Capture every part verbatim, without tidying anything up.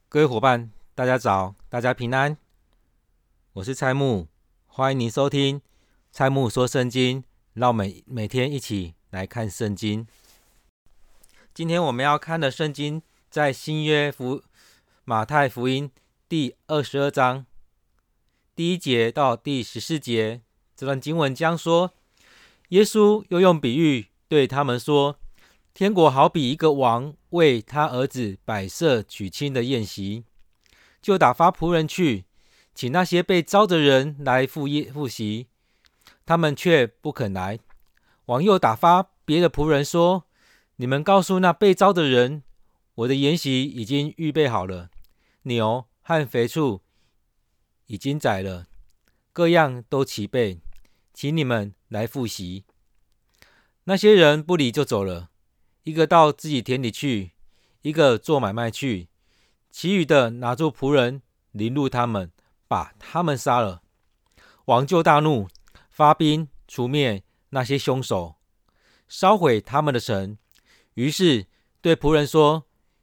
各位伙伴，大家早，大家平安。我是蔡木，欢迎您收听蔡木说圣经，让我们每天一起来看圣经。今天我们要看的圣经在新约福马太福音第二十二章第一节到第十四节。这段经文将说，耶稣又用比喻对他们说，天国好比一个王为他儿子摆设娶亲的宴席，就打发仆人去，请那些被召的人来赴宴赴席，他们却不肯来。王又打发别的仆人说，你们告诉那被召的人，我的筵席已经预备好了，牛和肥畜已经宰了，各样都齐备，请你们来赴席。那些人不理就走了，一个到自己田里去，一个做买卖去，其余的拿住仆人，凌辱他们，把他们杀了。王就大怒，发兵除灭那些凶手，烧毁他们的城。于是对仆人说，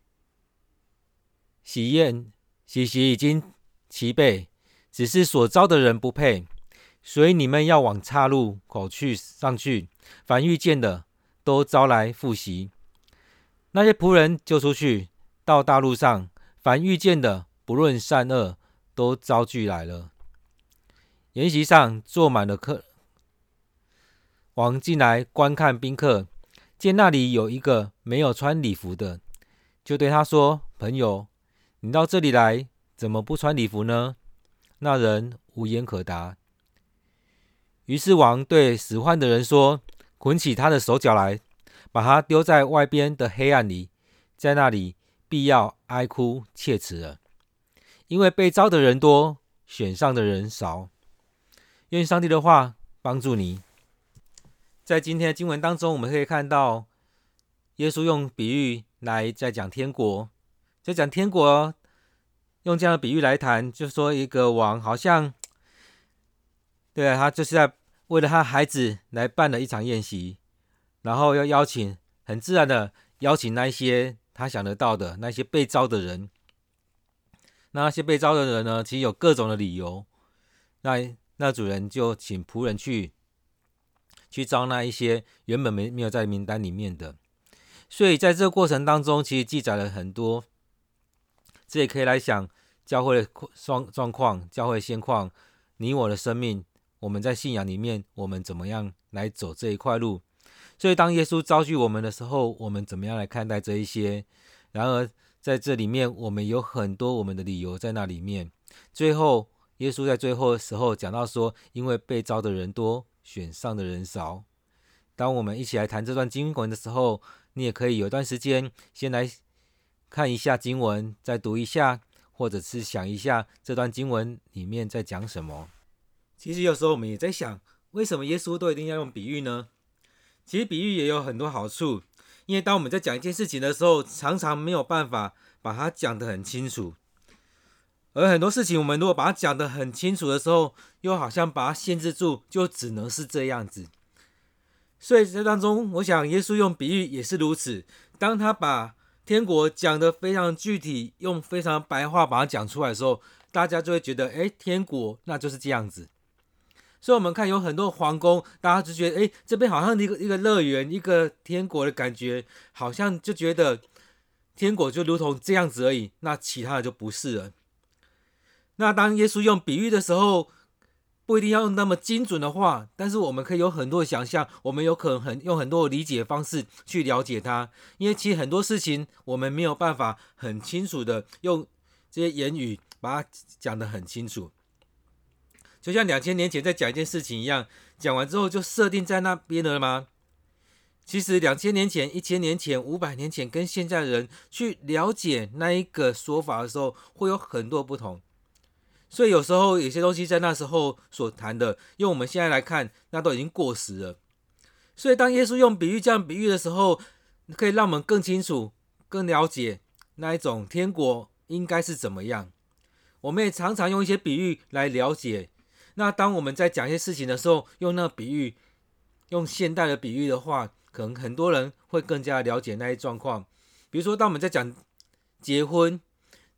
喜宴喜席已经齐备，只是所招的人不配，所以你们要往岔路口去上去，凡遇见的都招来赴席。那些仆人就出去，到大路上，凡遇见的不论善恶，都招聚来了。筵席上坐满了客，王进来观看宾客，见那里有一个没有穿礼服的，就对他说，朋友，你到这里来，怎么不穿礼服呢？那人无言可答。于是王对使唤的人说，捆起他的手脚来，把他丢在外边的黑暗里，在那里必要哀哭切齿了，因为被招的人多，选上的人少。愿上帝的话帮助你。在今天的经文当中，我们可以看到耶稣用比喻来在讲天国，在讲天国用这样的比喻来谈，就说一个王好像对啊，他就是在为了他孩子来办了一场宴席，然后要邀请，很自然的邀请那一些他想得到的那些被招的人。那那些被招的人呢，其实有各种的理由，那那主人就请仆人去去招那一些原本没没有在名单里面的。所以在这个过程当中，其实记载了很多，这也可以来想教会的状况，教会的现况，你我的生命，我们在信仰里面，我们怎么样来走这一块路。所以当耶稣召聚我们的时候，我们怎么样来看待这一些？然而在这里面，我们有很多我们的理由在那里面。最后耶稣在最后的时候讲到说，因为被招的人多，选上的人少。当我们一起来谈这段经文的时候，你也可以有段时间先来看一下经文，再读一下，或者是想一下这段经文里面在讲什么。其实有时候我们也在想，为什么耶稣都一定要用比喻呢？其实比喻也有很多好处，因为当我们在讲一件事情的时候，常常没有办法把它讲得很清楚，而很多事情我们如果把它讲得很清楚的时候，又好像把它限制住，就只能是这样子。所以在当中，我想耶稣用比喻也是如此，当他把天国讲得非常具体，用非常白话把它讲出来的时候，大家就会觉得，哎，天国那就是这样子。所以我们看有很多皇宫，大家就觉得，哎，这边好像一个一个乐园，一个天国的感觉，好像就觉得天国就如同这样子而已，那其他的就不是了。那当耶稣用比喻的时候，不一定要用那么精准的话，但是我们可以有很多的想象，我们有可能很用很多的理解方式去了解它。因为其实很多事情我们没有办法很清楚的用这些言语把它讲得很清楚。就像两千年前在讲一件事情一样，讲完之后就设定在那边了吗？其实两千年前、一千年前、五百年前，跟现在的人去了解那一个说法的时候，会有很多不同。所以有时候有些东西在那时候所谈的，用我们现在来看，那都已经过时了。所以当耶稣用比喻这样比喻的时候，可以让我们更清楚、更了解那一种天国应该是怎么样。我们也常常用一些比喻来了解。那当我们在讲一些事情的时候，用那个比喻，用现代的比喻的话，可能很多人会更加了解那些状况。比如说，当我们在讲结婚，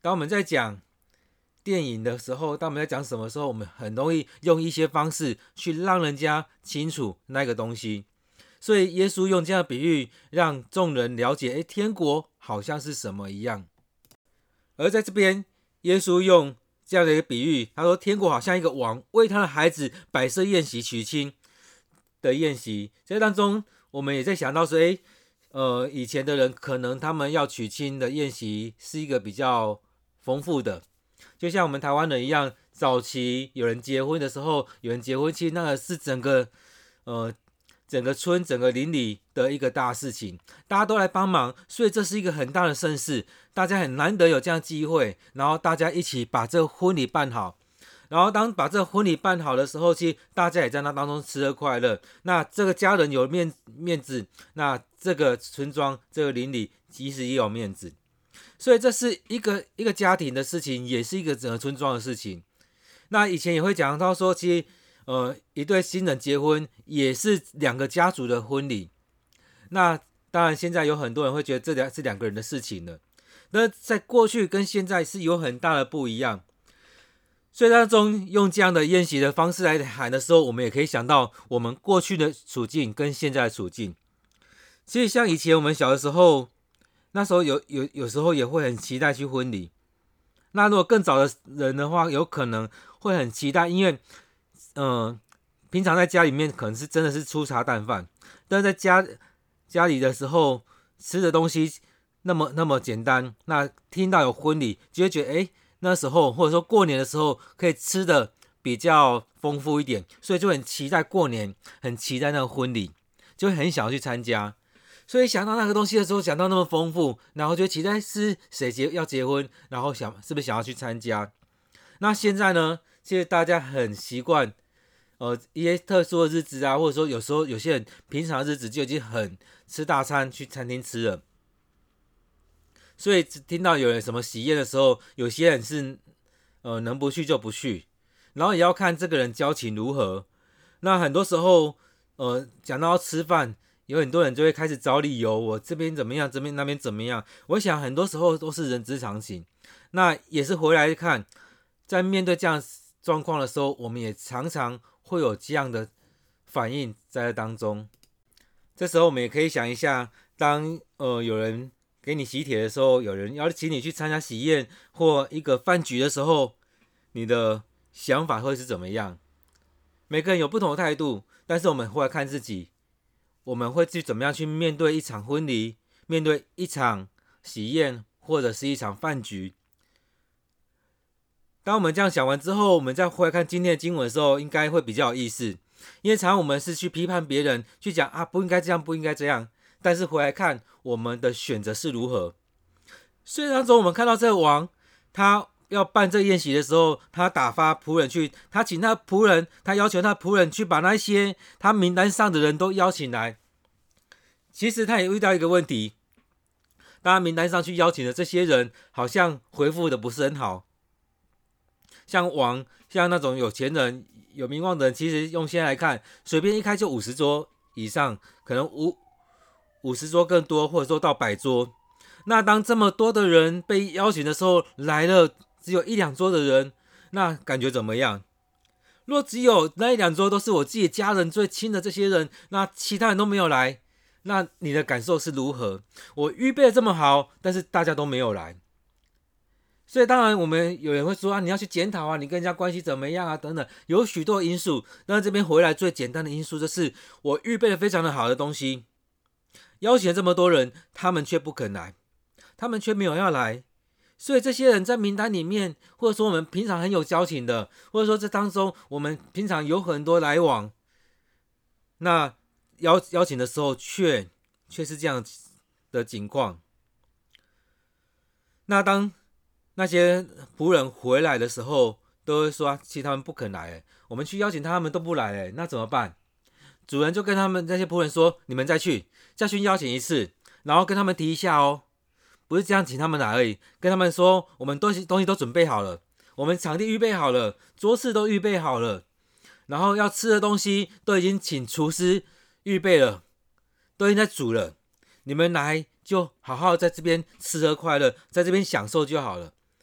当我们在讲电影的时候，当我们在讲什么时候，我们很容易用一些方式去让人家清楚那个东西。所以耶稣用这样的比喻，让众人了解，诶，天国好像是什么一样。而在这边，耶稣用这样的一个比喻，他说天国好像一个王为他的孩子摆设宴席娶亲的宴席。在当中，我们也在想到说，诶，呃，以前的人可能他们要娶亲的宴席是一个比较丰富的，就像我们台湾人一样，早期有人结婚的时候，有人结婚，其实那个是整个呃整个村、整个邻里的一个大事情，大家都来帮忙，所以这是一个很大的盛事，大家很难得有这样的机会，然后大家一起把这个婚礼办好。然后当把这个婚礼办好的时候，其实大家也在那当中吃得快乐。那这个家人有面面子，那这个村庄、这个邻里其实也有面子。所以这是一个一个家庭的事情，也是一个整个村庄的事情。那以前也会讲到说，其实呃一对新人结婚也是两个家族的婚礼。那当然现在有很多人会觉得这两是两个人的事情了。那在过去跟现在是有很大的不一样。所以当中用这样的宴席的方式来喊的时候，我们也可以想到我们过去的处境跟现在的处境。其实像以前我们小的时候，那时候有有有时候也会很期待去婚礼。那如果更早的人的话，有可能会很期待，因为呃平常在家里面可能是真的是粗茶淡饭，但是在家家里的时候吃的东西那么那么简单，那听到有婚礼就会觉得诶那时候或者说过年的时候可以吃的比较丰富一点，所以就很期待过年，很期待那个婚礼，就会很想要去参加。所以想到那个东西的时候，想到那么丰富，然后就期待是谁结要结婚，然后想是不是想要去参加。那现在呢，其实大家很习惯呃一些特殊的日子啊，或者说有时候有些人平常的日子就已经很吃大餐去餐厅吃了。所以听到有人什么喜宴的时候，有些人是呃能不去就不去，然后也要看这个人交情如何。那很多时候呃讲到吃饭，有很多人就会开始找理由，我这边怎么样，这边那边怎么样。我想很多时候都是人之常情。那也是回来看，在面对这样状况的时候，我们也常常会有这样的反应在当中。这时候我们也可以想一下，当呃有人给你喜帖的时候，有人要请你去参加喜宴或一个饭局的时候，你的想法会是怎么样？每个人有不同的态度，但是我们会来看自己，我们会去怎么样去面对一场婚礼，面对一场喜宴或者是一场饭局。当我们这样想完之后，我们再回来看今天的经文的时候，应该会比较有意思。因为常常我们是去批判别人，去讲啊不应该这样，不应该这样，但是回来看我们的选择是如何。虽然说我们看到这个王，他要办这宴席的时候，他打发仆人去，他请他仆人，他要求他仆人去把那些他名单上的人都邀请来。其实他也遇到一个问题，当他名单上去邀请的这些人，好像回复的不是很好。像王，像那种有钱人、有名望的人，其实用现在来看，随便一开就五十桌以上，可能五五十桌更多，或者说到百桌。那当这么多的人被邀请的时候，来了只有一两桌的人，那感觉怎么样？若只有那一两桌都是我自己家人最亲的这些人，那其他人都没有来，那你的感受是如何？我预备的这么好，但是大家都没有来。所以当然我们有人会说啊，你要去检讨啊，你跟人家关系怎么样啊，等等，有许多因素。那这边回来最简单的因素就是我预备了非常的好的东西，邀请了这么多人，他们却不肯来，他们却没有要来。所以这些人在名单里面，或者说我们平常很有交情的，或者说这当中我们平常有很多来往，那邀邀请的时候却却是这样的情况。那当那些仆人回来的时候，都会说、啊、其实他们不肯来，我们去邀请他们都不来，那怎么办？主人就跟他们那些仆人说，你们再去再去邀请一次，然后跟他们提一下哦，不是这样请他们来而已，跟他们说我们东西东西都准备好了，我们场地预备好了，桌子都预备好了，然后要吃的东西都已经请厨师预备了，都已经在煮了，你们来就好好在这边吃喝快乐，在这边享受就好了。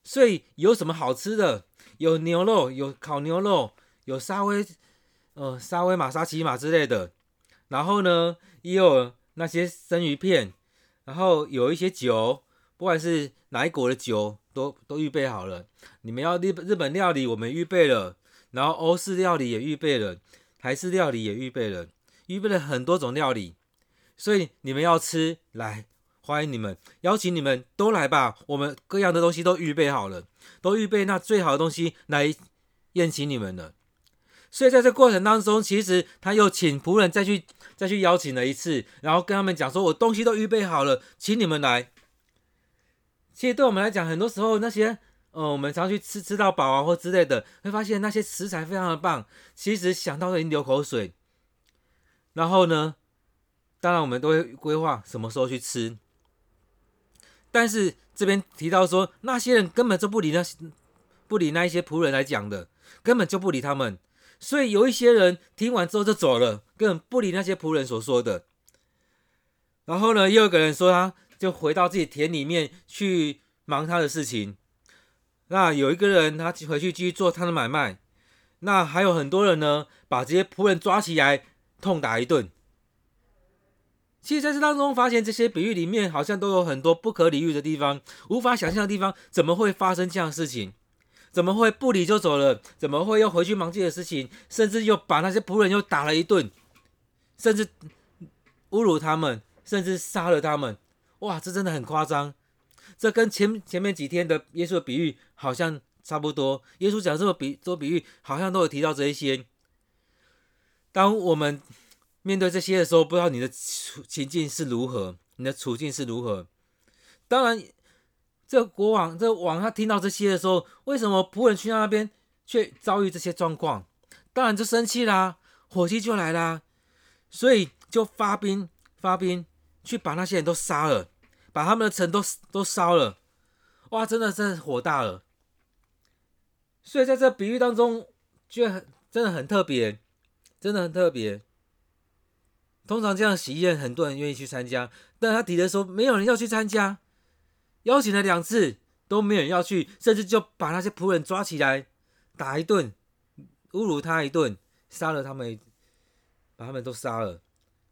所以有什么好吃的？有牛肉，有烤牛肉，有沙威，呃，沙威玛、沙琪玛之类的。然后呢，也有那些生鱼片，然后有一些酒，不管是哪一国的酒，都都预备好了。你们要日日本料理，我们预备了，然后欧式料理也预备了，台式料理也预备了，预备了很多种料理。所以你们要吃，来，欢迎你们，邀请你们都来吧。我们各样的东西都预备好了，都预备那最好的东西来宴请你们了。所以在这过程当中，其实他又请仆人再去再去邀请了一次，然后跟他们讲说：“我东西都预备好了，请你们来。”其实对我们来讲，很多时候那些呃，我们常去吃吃到饱啊或之类的，会发现那些食材非常的棒，其实想到都已经流口水。然后呢，当然我们都会规划什么时候去吃，但是这边提到说，那些人根本就不理那不理那一些仆人来讲的，根本就不理他们。所以有一些人听完之后就走了，根本不理那些仆人所说的。然后呢，又有一个人说他就回到自己田里面去忙他的事情。那有一个人他回去继续做他的买卖。那还有很多人呢，把这些仆人抓起来痛打一顿。其实在这当中发现，这些比喻里面好像都有很多不可理喻的地方，无法想象的地方，怎么会发生这样的事情？怎么会不理就走了？怎么会又回去忙自己的事情？甚至又把那些仆人又打了一顿，甚至侮辱他们，甚至杀了他们。哇，这真的很夸张。这跟前前面几天的耶稣的比喻好像差不多。耶稣讲这个比做比喻，好像都有提到这一些。当我们面对这些的时候，不知道你的情境是如何，你的处境是如何。当然。这国王，这王他听到这些的时候，为什么仆人去那边却遭遇这些状况？当然就生气啦，火气就来啦，所以就发兵发兵去把那些人都杀了，把他们的城都都烧了。哇，真的是火大了。所以在这比喻当中，觉得真的很特别，真的很特别。通常这样的喜宴，很多人愿意去参加，但他提的时候，没有人要去参加。邀请了两次都没有人要去，甚至就把那些仆人抓起来打一顿，侮辱他一顿，杀了他们，把他们都杀了。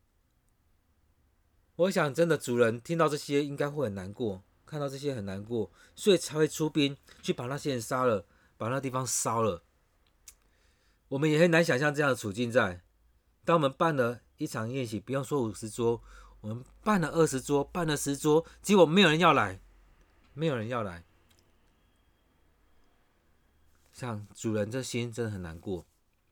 我想真的主人听到这些应该会很难过，看到这些很难过，所以才会出兵去把那些人杀了，把那地方烧了。我们也很难想象这样的处境在。当我们办了一场宴席，不用说五十桌，我们办了二十桌，办了十桌，结果没有人要来。没有人要来，像主人这心真的很难过。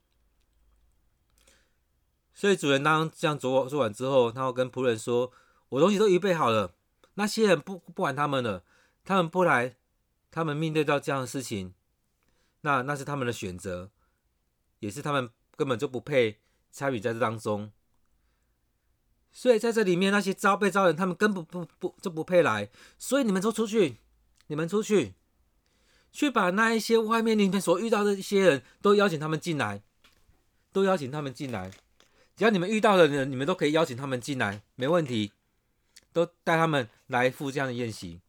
所以主人当这样做做完之后，他会跟仆人说：“我东西都预备好了，那些人不不管他们了，他们不来，他们面对到这样的事情，那那是他们的选择，也是他们根本就不配参与在这当中。所以在这里面，那些招被招人，他们根本不不就不配来。所以你们都出去，你们出去，去把那一些外面你们所遇到的一些人都邀请他们进来，都邀请他们进来。只要你们遇到的人，你们都可以邀请他们进来，没问题，都带他们来赴这样的宴席。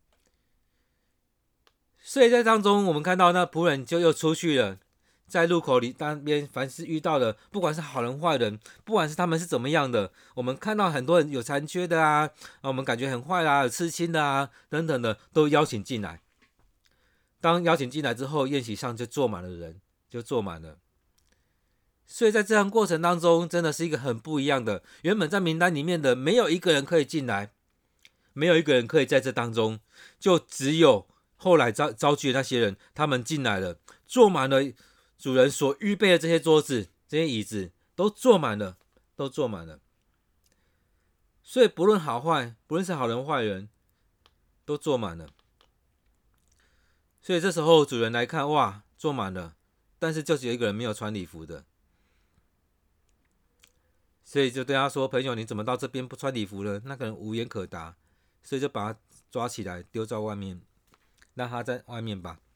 所以在当中，我们看到那仆人就又出去了。”在路口里那边，凡是遇到的，不管是好人坏人，不管是他们是怎么样的，我们看到很多人有残缺的啊，我们感觉很坏啦，有刺青的啊，等等的，都邀请进来。当邀请进来之后，宴席上就坐满了人，就坐满了。所以在这样过程当中，真的是一个很不一样的。原本在名单里面的，没有一个人可以进来，没有一个人可以在这当中，就只有后来召召集的那些人，他们进来了，坐满了。主人所预备的这些桌子、这些椅子都坐满了，都坐满了。所以不论好坏，不论是好人坏人，都坐满了。所以这时候主人来看，哇，坐满了，但是就只有一个人没有穿礼服的，所以就对他说：“朋友，你怎么到这边不穿礼服了？”那个人无言可答，所以就把他抓起来丢在外面，让他在外面吧。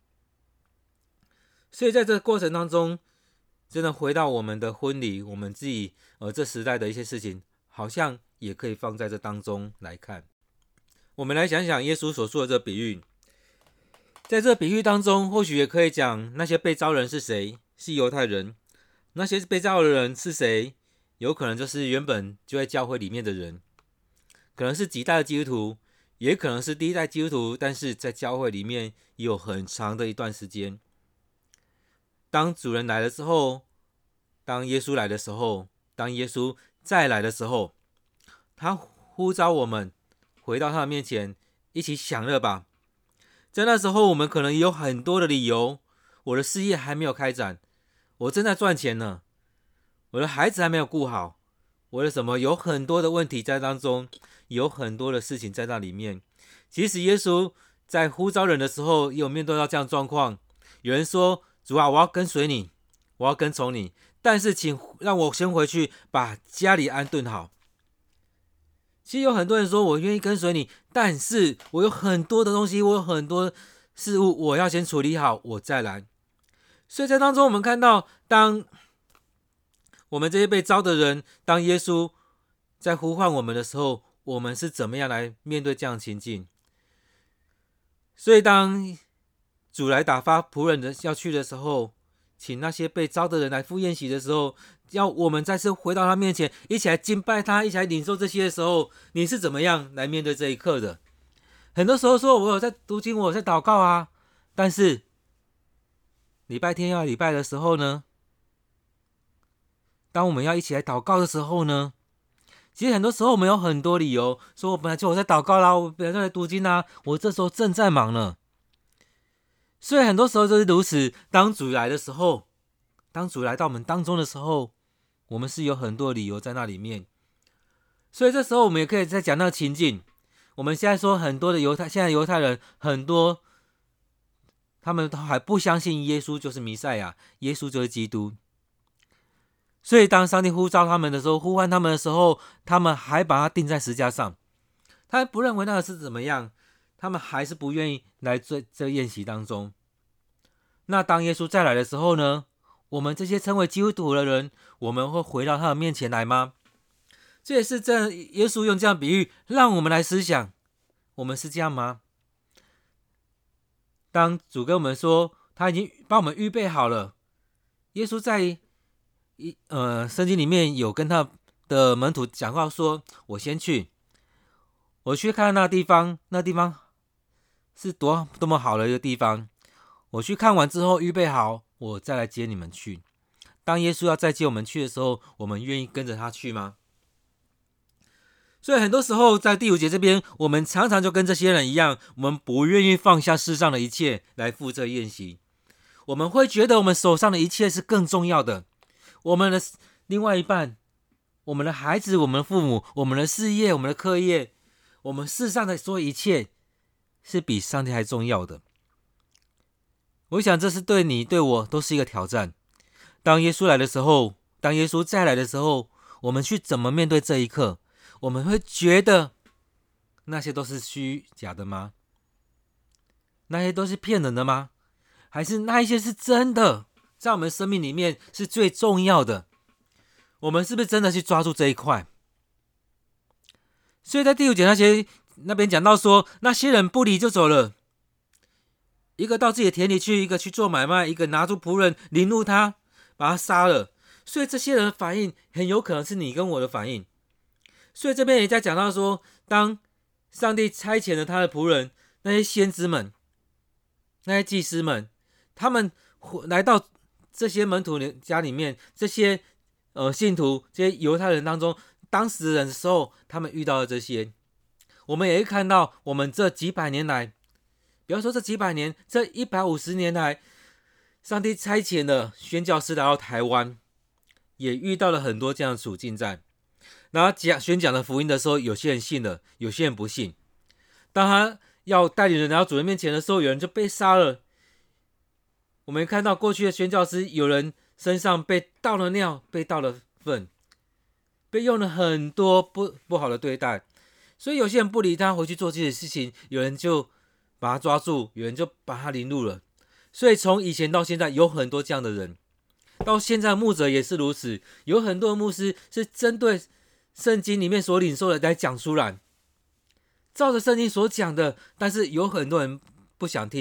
所以在这个过程当中，真的回到我们的婚礼，我们自己呃这时代的一些事情，好像也可以放在这当中来看。我们来想想耶稣所说的这个比喻， 在这比喻当中，或许也可以讲那些被招人是谁，是犹太人。那些被招的人是谁？有可能就是原本就在教会里面的人，可能是几代的基督徒，也可能是第一代基督徒，但是在教会里面也有很长的一段时间。当主人来了之后，当耶稣来的时候，当耶稣再来的时候，他呼召我们回到他的面前，一起享乐吧。在那时候，我们可能有很多的理由，我的事业还没有开展，我正在赚钱呢，我的孩子还没有顾好，我的什么有很多的问题在当中，有很多的事情在那里面。其实耶稣在呼召人的时候，也有面对到这样的状况。有人说：“主啊，我要跟随你，我要跟从你，但是请让我先回去把家里安顿好。”其实有很多人说：“我愿意跟随你，但是我有很多的东西，我有很多事物，我要先处理好，我再来。”所以在当中，我们看到，当我们这些被招的人，当耶稣在呼唤我们的时候，我们是怎么样来面对这样的情境？所以当主来打发仆人的要去的时候，请那些被招的人来赴宴席的时候，要我们再次回到他面前，一起来敬拜他，一起来领受这些的时候，你是怎么样来面对这一刻的？很多时候说我有在读经，我有在祷告啊，但是礼拜天要礼拜的时候呢，当我们要一起来祷告的时候呢，其实很多时候我们有很多理由，说我本来就我在祷告啦，我本来就在读经啦，我这时候正在忙呢。所以很多时候就是如此，当主来的时候，当主来到我们当中的时候，我们是有很多理由在那里面。所以这时候我们也可以再讲那个情境。我们现在说很多的犹太，现在犹太人很多，他们都还不相信耶稣就是弥赛亚，耶稣就是基督。所以当上帝呼召他们的时候，呼唤他们的时候，他们还把他钉在石架上。他们不认为那个是怎么样，他们还是不愿意来这这宴席当中。那当耶稣再来的时候呢，我们这些称为基督徒的人，我们会回到他的面前来吗？这也是这样，耶稣用这样比喻让我们来思想，我们是这样吗？当主跟我们说他已经帮我们预备好了，耶稣在呃圣经里面有跟他的门徒讲话说，我先去，我去看那地方，那地方是多多么好的一个地方，我去看完之后预备好，我再来接你们去。当耶稣要再接我们去的时候，我们愿意跟着他去吗？所以很多时候在第五节这边，我们常常就跟这些人一样，我们不愿意放下世上的一切来赴这宴席。我们会觉得我们手上的一切是更重要的，我们的另外一半，我们的孩子，我们的父母，我们的事业，我们的课业，我们世上的所有一切是比上帝还重要的。我想这是对你对我都是一个挑战。当耶稣来的时候，当耶稣再来的时候，我们去怎么面对这一刻？我们会觉得那些都是虚假的吗？那些都是骗人的吗？还是那一些是真的，在我们生命里面是最重要的？我们是不是真的去抓住这一块？所以在第五节那些那边讲到说，那些人不理就走了，一个到自己的田里去，一个去做买卖，一个拿住仆人凌辱他，把他杀了。所以这些人的反应很有可能是你跟我的反应。所以这边也在讲到说，当上帝差遣了他的仆人，那些先知们，那些祭司们，他们来到这些门徒家里面，这些呃信徒，这些犹太人当中，当时人的时候，他们遇到了这些。我们也会看到，我们这几百年来，不要说这几百年，这一百五十年来，上帝差遣了宣教师来到台湾，也遇到了很多这样的处境在。然后讲宣讲的福音的时候，有些人信了，有些人不信。当他要带领人来到主人面前的时候，有人就被杀了。我们看到过去的宣教师，有人身上被倒了尿，被倒了粪，被用了很多不不好的对待。所以有些人不理他，回去做自己的事情，有人就把他抓住，有人就把他凌辱了。所以从以前到现在，有很多这样的人。到现在牧者也是如此，有很多的牧师是针对圣经里面所领受的来讲出来，照着圣经所讲的，但是有很多人不想听，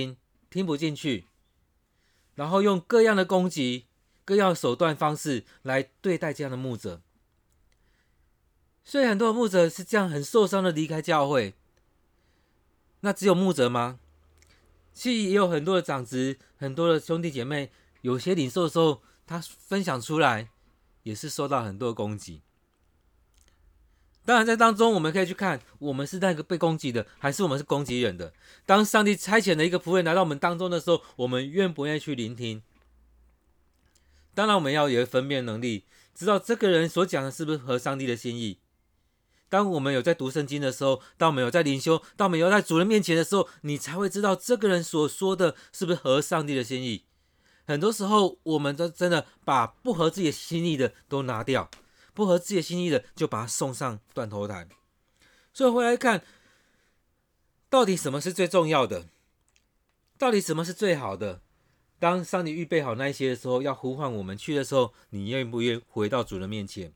听不进去，然后用各样的攻击、各样的手段方式来对待这样的牧者。所以很多的牧者是这样很受伤的离开教会。那只有牧者吗？其实也有很多的长子、很多的兄弟姐妹，有些领受的时候，他分享出来也是受到很多的攻击。当然在当中我们可以去看，我们是那个被攻击的，还是我们是攻击人的。当上帝差遣了一个仆人来到我们当中的时候，我们愿不愿意去聆听？当然我们要有分辨能力，知道这个人所讲的是不是合上帝的心意。当我们有在读圣经的时候，当我们有在灵修，当我们有在主人面前的时候，你才会知道这个人所说的是不是合上帝的心意。很多时候我们都真的把不合自己的心意的都拿掉，不合自己的心意的就把它送上断头台。所以回来看，到底什么是最重要的？到底什么是最好的？当上帝预备好那一些的时候，要呼唤我们去的时候，你愿不愿意回到主人面前？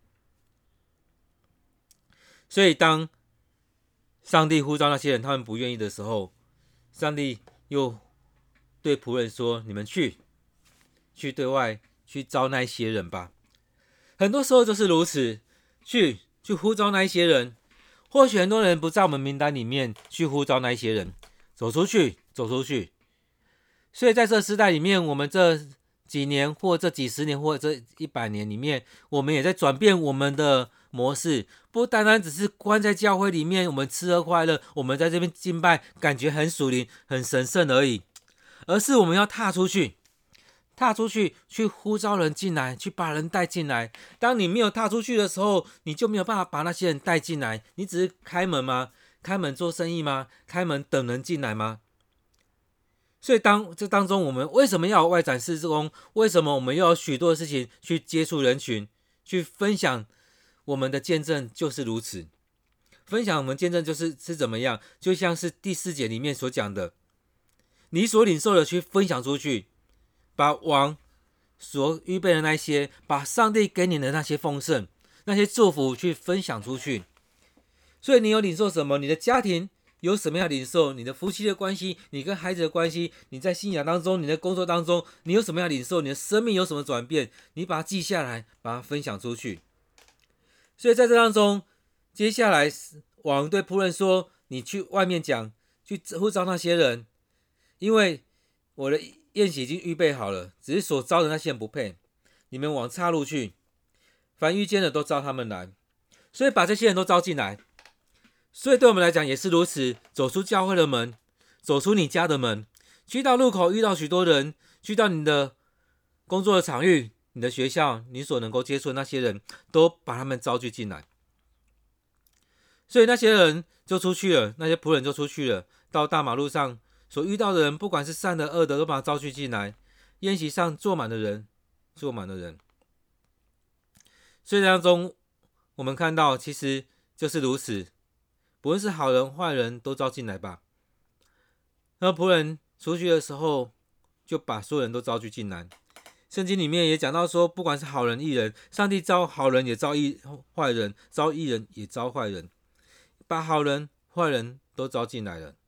所以当上帝呼召那些人他们不愿意的时候，上帝又对仆人说，你们去去对外去招那一些人吧。很多时候就是如此，去去呼召那一些人。或许很多人不在我们名单里面，去呼召那一些人走出去走出去。所以在这时代里面，我们这几年或这几十年或这一百年里面，我们也在转变我们的模式，不单单只是关在教会里面，我们吃喝快乐，我们在这边敬拜，感觉很属灵很神圣而已，而是我们要踏出去，踏出去去呼召人进来，去把人带进来。当你没有踏出去的时候，你就没有办法把那些人带进来。你只是开门吗？开门做生意吗？开门等人进来吗？所以当这当中，我们为什么要有外展事工？为什么我们要有许多的事情去接触人群，去分享我们的见证？就是如此，分享我们见证就是是怎么样？就像是第四节里面所讲的，你所领受的去分享出去，把王所预备的那些，把上帝给你的那些丰盛、那些祝福去分享出去。所以你有领受什么？你的家庭有什么样的领受？你的夫妻的关系，你跟孩子的关系，你在信仰当中，你的工作当中，你有什么样的领受？你的生命有什么转变？你把它记下来，把它分享出去。所以在这当中，接下来王对仆人说：“你去外面讲，去呼召那些人，因为我的宴席已经预备好了，只是所招的那些人不配。你们往岔路去，凡遇见的都招他们来。所以把这些人都招进来。”所以对我们来讲也是如此，走出教会的门，走出你家的门，去到路口遇到许多人，去到你的工作的场域，你的学校，你所能够接触的那些人，都把他们招聚进来。所以那些人就出去了，那些仆人就出去了，到大马路上所遇到的人，不管是善的恶的，都把他招聚进来。宴席上坐满了人，坐满了人。所以当中我们看到，其实就是如此。不论是好人坏人都招进来吧。那仆人出去的时候，就把所有人都招聚进来。圣经里面也讲到说，不管是好人义人，上帝招好人也招坏人，招义人也招坏人，把好人坏人都招进来了。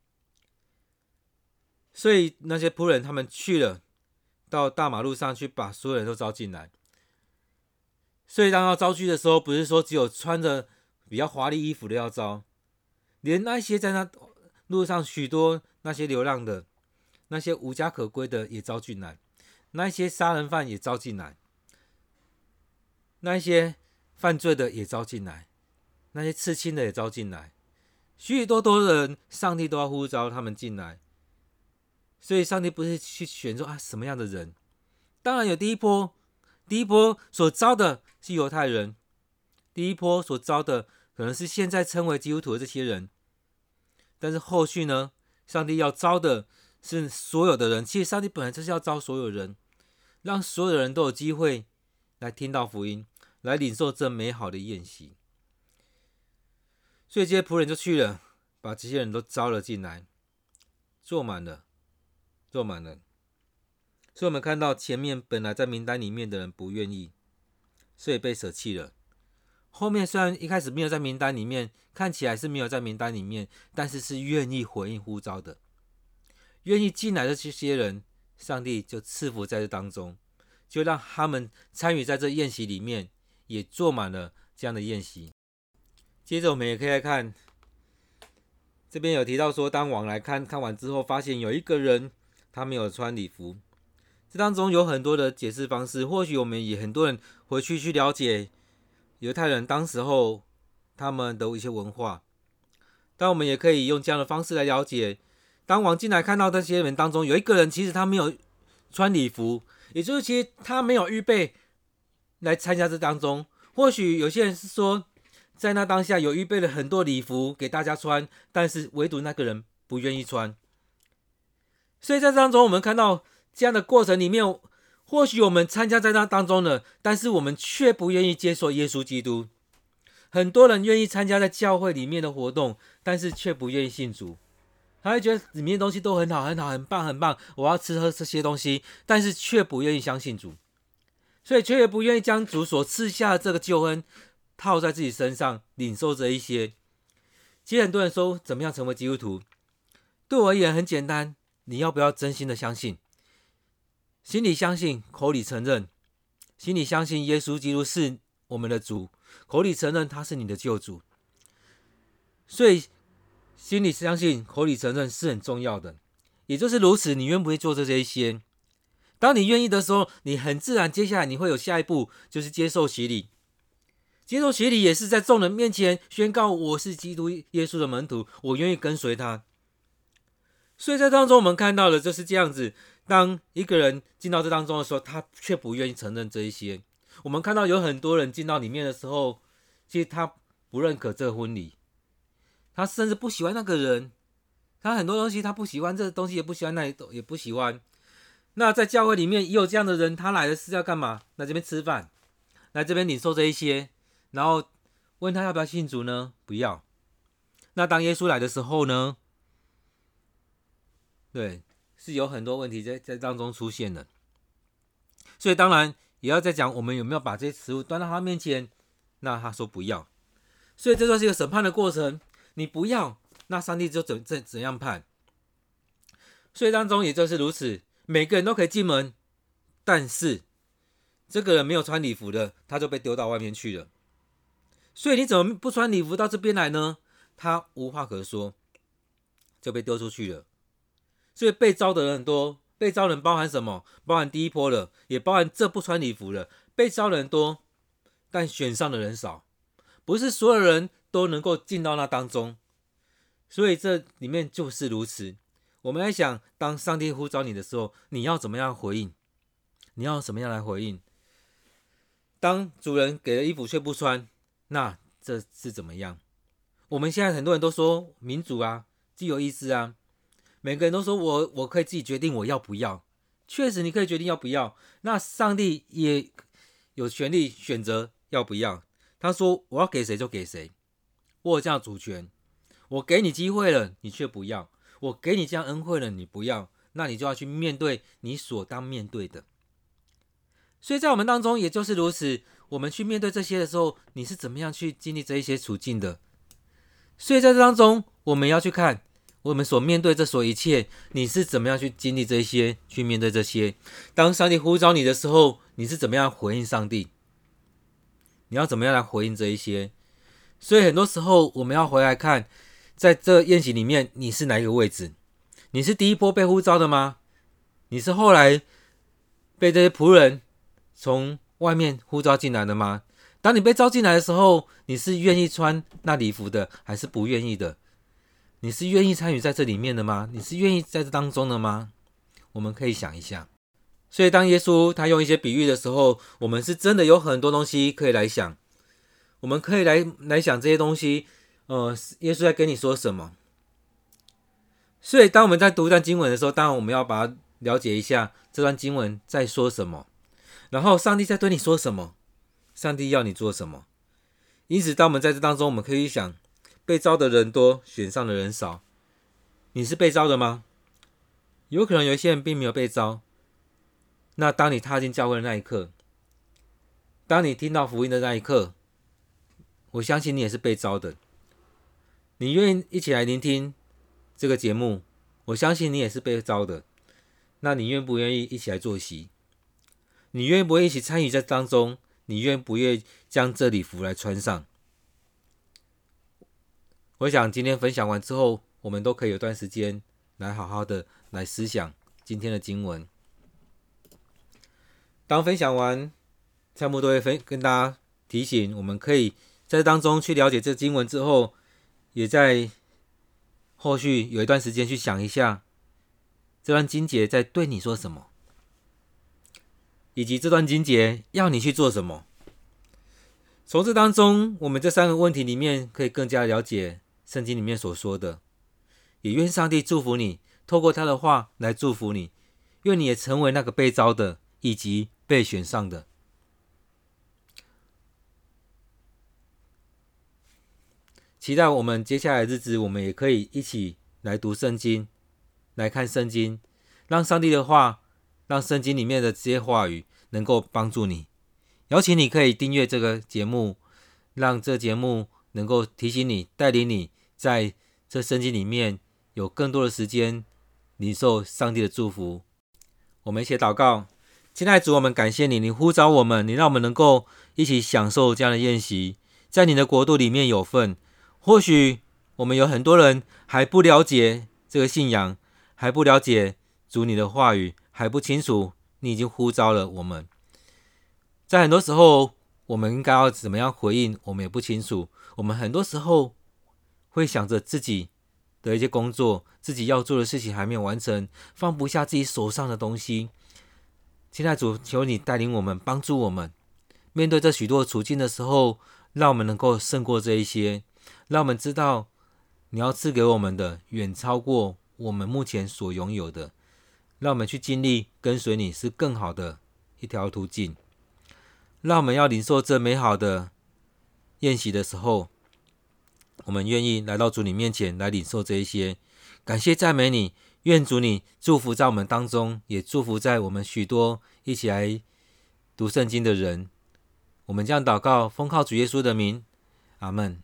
所以那些仆人他们去了，到大马路上去把所有人都招进来。所以当要招聚的时候，不是说只有穿着比较华丽衣服的要招，连那些在那路上许多那些流浪的、那些无家可归的也招进来，那些杀人犯也招进来，那些犯罪的也招进来，那些刺青的也招进来，许许多多的人，上帝都要呼召他们进来。所以上帝不是去选说啊什么样的人，当然有第一波，第一波所招的是犹太人，第一波所招的可能是现在称为基督徒的这些人，但是后续呢，上帝要招的是所有的人。其实上帝本来就是要招所有人，让所有的人都有机会来听到福音，来领受这美好的宴席。所以这些仆人就去了，把这些人都招了进来，坐满了，坐满了。所以我们看到前面本来在名单里面的人不愿意，所以被舍弃了。后面虽然一开始没有在名单里面，看起来是没有在名单里面，但是是愿意回应呼召的， 愿意进来的这些人，上帝就赐福在这当中，就让他们参与在这宴席里面，也坐满了这样的宴席。接着我们也可以来看，这边有提到说，当王来看看完之后，发现有一个人他没有穿礼服。这当中有很多的解释方式，或许我们也很多人回去去了解犹太人当时候他们的一些文化，但我们也可以用这样的方式来了解，当王进来看到这些人当中有一个人其实他没有穿礼服，也就是其实他没有预备来参加这当中。或许有些人是说，在那当下有预备了很多礼服给大家穿，但是唯独那个人不愿意穿。所以在当中我们看到这样的过程里面，或许我们参加在那当中了，但是我们却不愿意接受耶稣基督。很多人愿意参加在教会里面的活动，但是却不愿意信主。他会觉得里面的东西都很好很好很棒很棒，我要吃喝这些东西，但是却不愿意相信主，所以却也不愿意将主所赐下的这个救恩套在自己身上，领受这一些。其实很多人说怎么样成为基督徒，对我而言很简单，你要不要真心的相信？心里相信，口里承认。心里相信耶稣基督是我们的主，口里承认他是你的救主。所以心里相信，口里承认是很重要的。也就是如此，你愿不愿意做这些？当你愿意的时候，你很自然接下来你会有下一步，就是接受洗礼。接受洗礼也是在众人面前宣告我是基督耶稣的门徒，我愿意跟随他。所以在当中我们看到的就是这样子，当一个人进到这当中的时候，他却不愿意承认这一些。我们看到有很多人进到里面的时候，其实他不认可这个婚礼，他甚至不喜欢那个人，他很多东西他不喜欢，这个东西也不喜欢，那也不喜欢。那在教会里面也有这样的人，他来的是要干嘛？来这边吃饭，来这边领受这一些，然后问他要不要信主呢？不要。那当耶稣来的时候呢？对，是有很多问题在在当中出现的。所以当然也要再讲，我们有没有把这些食物端到他面前？那他说不要。所以这就是一个审判的过程，你不要，那上帝就怎怎怎样判？所以当中也就是如此，每个人都可以进门，但是这个人没有穿礼服的，他就被丢到外面去了。所以你怎么不穿礼服到这边来呢？他无话可说，就被丢出去了。所以被招的人很多，被招人包含什么？包含第一波了，也包含这不穿礼服了。被招的人多，但选上的人少，不是所有人都能够进到那当中。所以这里面就是如此。我们来想，当上帝呼召你的时候，你要怎么样回应？你要怎么样来回应？当主人给了衣服却不穿，那这是怎么样？我们现在很多人都说民主啊，自由意志啊，每个人都说我我可以自己决定我要不要。确实你可以决定要不要，那上帝也有权利选择要不要。他说我要给谁就给谁，我有这样的主权。我给你机会了，你却不要；我给你这样恩惠了，你不要，那你就要去面对你所当面对的。所以在我们当中也就是如此，我们去面对这些的时候，你是怎么样去经历这一些处境的？所以在这当中，我们要去看我们所面对这所一切，你是怎么样去经历这些，去面对这些。当上帝呼召你的时候，你是怎么样回应上帝？你要怎么样来回应这一些？所以很多时候我们要回来看，在这宴席里面，你是哪一个位置？你是第一波被呼召的吗？你是后来被这些仆人从外面呼召进来的吗？当你被召进来的时候，你是愿意穿那礼服的，还是不愿意的？你是愿意参与在这里面的吗？你是愿意在这当中的吗？我们可以想一下。所以当耶稣他用一些比喻的时候，我们是真的有很多东西可以来想。我们可以来来想这些东西，呃，耶稣在跟你说什么？所以当我们在读一段经文的时候，当然我们要把它了解一下这段经文在说什么，然后上帝在对你说什么，上帝要你做什么。因此当我们在这当中，我们可以想，被招的人多，选上的人少。你是被招的吗？有可能有一些人并没有被招。那当你踏进教会的那一刻，当你听到福音的那一刻，我相信你也是被招的。你愿意一起来聆听这个节目， 我相信你也是被召的。那你愿不愿意一起来坐席？你愿不愿意一起参与在当中？你愿不愿意将这礼服来穿上？我想今天分享完之后，我们都可以有段时间来好好的来思想今天的经文。当分享完，蔡牧都会分跟大家提醒，我们可以在这当中去了解这经文之后，也在后续有一段时间去想一下，这段经节在对你说什么，以及这段经节要你去做什么。从这当中，我们这三个问题里面可以更加了解圣经里面所说的。也愿上帝祝福你，透过他的话来祝福你，愿你也成为那个被召的，以及被选上的。期待我们接下来的日子，我们也可以一起来读圣经，来看圣经，让上帝的话，让圣经里面的这些话语能够帮助你。邀请你可以订阅这个节目，让这节目能够提醒你，带领你在这圣经里面有更多的时间领受上帝的祝福。我们一起祷告。亲爱的主，我们感谢你，你呼召我们，你让我们能够一起享受这样的宴席，在你的国度里面有份。或许我们有很多人还不了解这个信仰，还不了解主你的话语，还不清楚你已经呼召了我们。在很多时候，我们应该要怎么样回应，我们也不清楚。我们很多时候会想着自己的一些工作，自己要做的事情还没有完成，放不下自己手上的东西。亲爱的主，求你带领我们，帮助我们，面对这许多处境的时候，让我们能够胜过这一些，让我们知道你要赐给我们的远超过我们目前所拥有的，让我们去经历跟随你是更好的一条途径。让我们要领受这美好的宴席的时候，我们愿意来到主你面前来领受这一些。感谢赞美你，愿主你祝福在我们当中，也祝福在我们许多一起来读圣经的人。我们这样祷告，奉靠主耶稣的名，阿们。